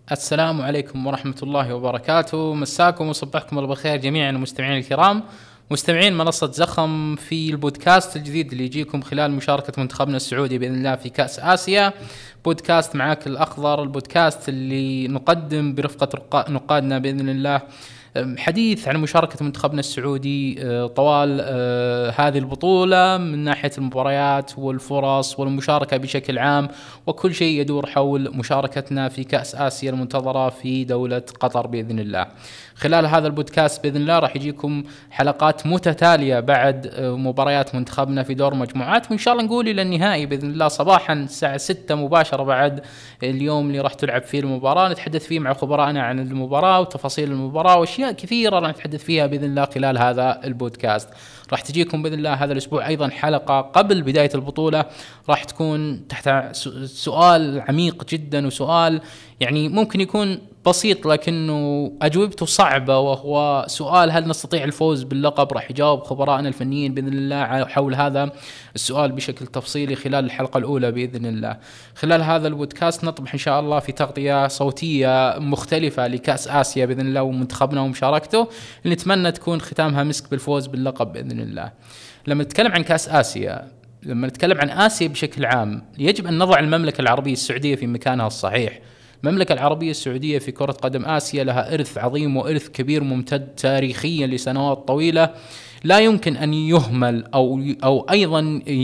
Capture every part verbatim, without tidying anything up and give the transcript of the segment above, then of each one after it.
السلام عليكم ورحمة الله وبركاته، مساكم وصبحكم الله بالخير جميعا المستمعين الكرام، مستمعين منصة زخم في البودكاست الجديد اللي يجيكم خلال مشاركة منتخبنا السعودي بإذن الله في كأس آسيا. بودكاست معاك الأخضر، البودكاست اللي نقدم برفقة نقادنا بإذن الله حديث عن مشاركة منتخبنا السعودي طوال هذه البطولة من ناحية المباريات والفرص والمشاركة بشكل عام، وكل شيء يدور حول مشاركتنا في كأس آسيا المنتظرة في دولة قطر بإذن الله. خلال هذا البودكاست بإذن الله راح يجيكم حلقات متتالية بعد مباريات منتخبنا في دور مجموعات، وإن شاء الله نقول إلى النهائي بإذن الله صباحا الساعة ستة مباشرة بعد اليوم اللي راح تلعب فيه المباراة، نتحدث فيه مع خبرائنا عن المباراة وتفاصيل المباراة وأشياء كثيرة راح نتحدث فيها بإذن الله خلال هذا البودكاست. راح تجيكم بإذن الله هذا الأسبوع أيضا حلقة قبل بداية البطولة راح تكون تحت سؤال عميق جدا، وسؤال يعني ممكن يكون بسيط لكنه أجوبته صعبة، وهو سؤال هل نستطيع الفوز باللقب. راح يجاوب خبرائنا الفنيين بإذن الله حول هذا السؤال بشكل تفصيلي خلال الحلقة الأولى بإذن الله. خلال هذا البودكاست نطمح إن شاء الله في تغطية صوتية مختلفة لكأس آسيا بإذن الله ومنتخبنا ومشاركته، اللي نتمنى تكون ختامها مسك بالفوز باللقب بإذن الله. لما نتكلم عن كأس آسيا، لما نتكلم عن آسيا بشكل عام، يجب أن نضع المملكة العربية السعودية في مكانها الصحيح. المملكة العربية السعودية في كرة قدم آسيا لها إرث عظيم وإرث كبير ممتد تاريخيا لسنوات طويلة، لا يمكن أن يهمل أو أو أيضا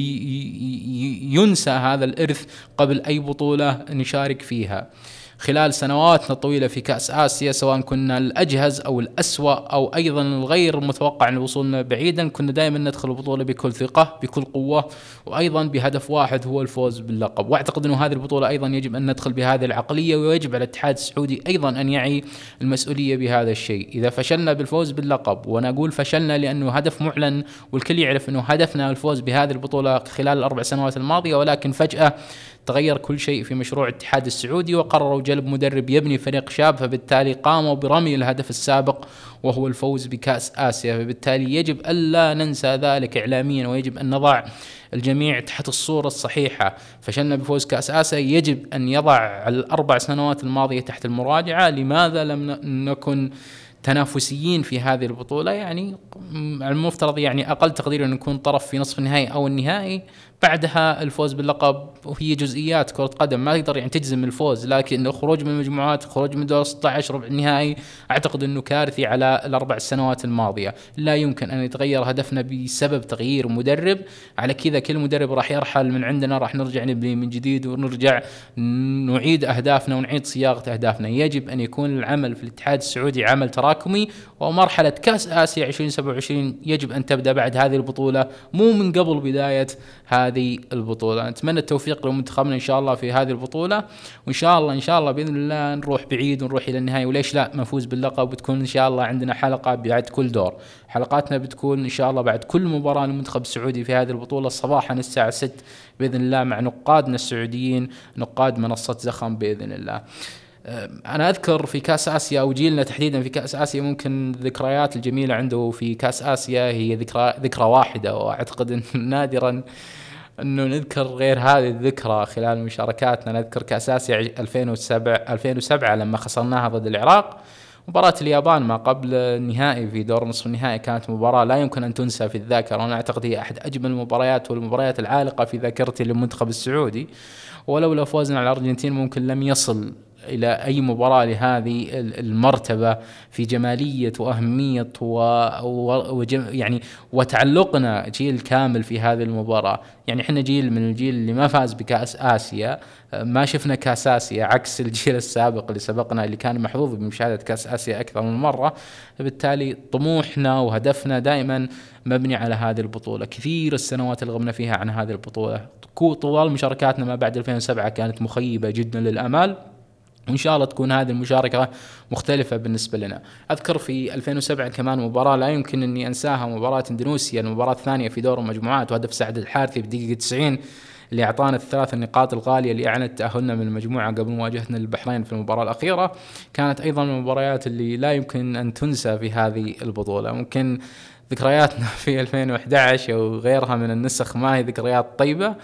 ينسى هذا الإرث قبل أي بطولة نشارك فيها. خلال سنواتنا الطويلة في كأس آسيا، سواء كنا الأجهز أو الأسوأ أو أيضا الغير متوقع أن وصولنا بعيدا، كنا دائما ندخل البطولة بكل ثقة بكل قوة، وأيضا بهدف واحد هو الفوز باللقب. وأعتقد أن هذه البطولة أيضا يجب أن ندخل بهذه العقلية، ويجب على الاتحاد السعودي أيضا أن يعي المسؤولية بهذا الشيء. إذا فشلنا بالفوز باللقب، وأنا أقول فشلنا لأنه هدف معلن والكل يعرف أنه هدفنا الفوز بهذه البطولة خلال الأربع سنوات الماضية، ولكن فجأة تغير كل شيء في مشروع الاتحاد السعودي وقرروا جلب مدرب يبني فريق شاب، فبالتالي قاموا برمي الهدف السابق وهو الفوز بكأس آسيا. فبالتالي يجب ألا ننسى ذلك إعلاميا، ويجب أن نضع الجميع تحت الصورة الصحيحة. فشلنا بفوز كأس آسيا، يجب أن يضع الأربع سنوات الماضية تحت المراجعة. لماذا لم نكن تنافسيين في هذه البطولة؟ يعني المفترض يعني أقل تقدير أن نكون طرف في نصف النهائي أو النهائي، بعدها الفوز باللقب، وهي جزئيات كرة قدم ما تقدر يعني تجزم الفوز. لكن الخروج من المجموعات، الخروج من دور ستة عشر ربع النهائي، أعتقد أنه كارثي على الأربع سنوات الماضية. لا يمكن أن يتغير هدفنا بسبب تغيير مدرب. على كذا كل مدرب راح يرحل من عندنا، راح نرجع نبني من جديد ونرجع نعيد أهدافنا ونعيد صياغة أهدافنا. يجب أن يكون العمل في الاتحاد السعودي عمل تراكمي، ومرحلة كأس آسيا عشرين سبعة وعشرين يجب أن تبدأ بعد هذه البطولة، مو من قبل بداية هذه البطولة. نتمنى التوفيق لمنتخبنا إن شاء الله في هذه البطولة، وإن شاء الله إن شاء الله بإذن الله نروح بعيد ونروح إلى النهاية، وليش لا نفوز باللقب. وتكون إن شاء الله عندنا حلقة بعد كل دور. حلقاتنا بتكون إن شاء الله بعد كل مباراة للمنتخب السعودي في هذه البطولة صباحا الساعة ستة بإذن الله، مع نقادنا السعوديين، نقاد منصة زخم بإذن الله. أنا أذكر في كأس آسيا، أو جيلنا تحديدا في كأس آسيا، ممكن الذكريات الجميلة عنده في كأس آسيا هي ذكرى ذكرى واحدة، وأعتقد أن نادرا أنه نذكر غير هذه الذكرى خلال مشاركاتنا. نذكر كأس آسيا ألفين وسبعة ألفين وسبعة لما خسرناها ضد العراق. مباراة اليابان ما قبل النهائي في دور نصف النهائي كانت مباراة لا يمكن أن تنسى في الذاكرة، وأنا أعتقد هي أحد أجمل المباريات والمباريات العالقة في ذاكرتي للمنتخب السعودي. ولولا فوزنا على الأرجنتين ممكن لم يصل إلى أي مباراة لهذه المرتبة في جمالية وأهمية و... و... يعني وتعلقنا جيل كامل في هذه المباراة. يعني إحنا جيل من الجيل اللي ما فاز بكأس آسيا، ما شفنا كأس آسيا عكس الجيل السابق اللي سبقنا اللي كان محظوظ بمشاهدة كأس آسيا أكثر من مرة. بالتالي طموحنا وهدفنا دائما مبني على هذه البطولة. كثير السنوات اللي غبنا فيها عن هذه البطولة، طوال مشاركاتنا ما بعد ألفين وسبعة كانت مخيبة جدا للآمال، وإن شاء الله تكون هذه المشاركة مختلفة بالنسبة لنا. أذكر في ألفين وسبعة كمان مباراة لا يمكن أني أنساها، مباراة إندونيسيا، المباراة الثانية في دور المجموعات، وهدف سعد الحارثي بدقيقة تسعين اللي أعطانا الثلاث النقاط الغالية اللي أعلنت تأهلنا من المجموعة قبل مواجهتنا للبحرين في المباراة الأخيرة. كانت أيضا من المباريات اللي لا يمكن أن تنسى في هذه البطولة. ممكن ذكرياتنا في ألفين وأحد عشر أو غيرها من النسخ ما هي ذكريات طيبة،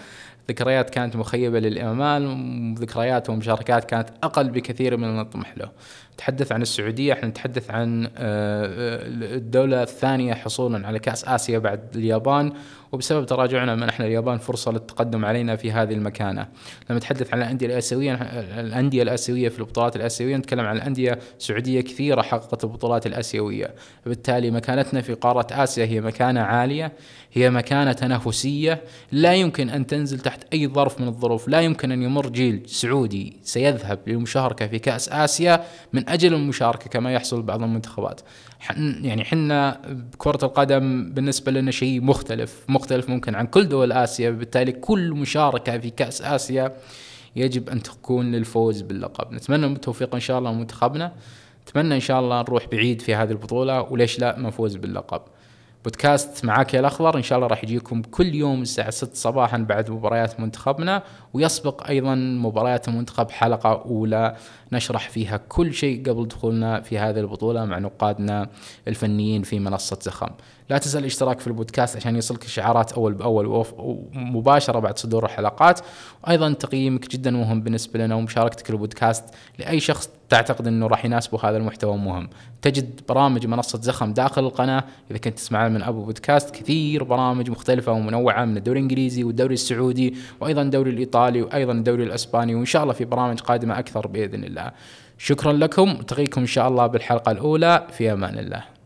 ذكريات كانت مخيبة للآمال، ذكريات ومشاركات كانت أقل بكثير من اللي نطمح له. نتحدث عن السعودية، احنا نتحدث عن الدولة الثانية حصولا على كأس آسيا بعد اليابان، وبسبب تراجعنا منحنا اليابان فرصة للتقدم علينا في هذه المكانة. لما نتحدث عن الأندية الآسيوية، الأندية الآسيوية في البطولات الآسيوية، نتكلم عن الأندية سعودية كثيرة حققت البطولات الآسيوية، بالتالي مكانتنا في قارة آسيا هي مكانة عالية، هي مكانة تنافسية لا يمكن أن تنزل تحت أي ظرف من الظروف. لا يمكن أن يمر جيل سعودي سيذهب للمشاركة في كأس آسيا من أجل المشاركة كما يحصل بعض المنتخبات. يعني حنا بكرة القدم بالنسبة لنا شيء مختلف مختلف ممكن عن كل دول آسيا، بالتالي كل مشاركة في كأس آسيا يجب أن تكون للفوز باللقب. نتمنى التوفيق إن شاء الله منتخبنا، نتمنى إن شاء الله نروح بعيد في هذه البطولة، وليش لا نفوز باللقب. بودكاست معاك يا الأخضر إن شاء الله راح يجيكم كل يوم الساعة ستة صباحا بعد مباريات منتخبنا، ويسبق أيضا مباريات المنتخب حلقة أولى نشرح فيها كل شيء قبل دخولنا في هذه البطولة مع نقادنا الفنيين في منصة زخم. لا تنسى الاشتراك في البودكاست عشان يصلك إشعارات أول بأول ومباشرة بعد صدور الحلقات، وأيضا تقييمك جدا مهم بالنسبة لنا، ومشاركتك البودكاست لأي شخص تعتقد أنه راح يناسبه هذا المحتوى مهم. تجد برامج منصة زخم داخل القناة إذا كنت تسمع من أبو بودكاست، كثير برامج مختلفة ومنوعة من الدوري الإنجليزي والدوري السعودي وأيضا الدوري الإيطالي وأيضا الدوري الإسباني، وإن شاء الله في برامج قادمة أكثر بإذن الله. شكرا لكم، تقيكم إن شاء الله بالحلقة الأولى، في أمان الله.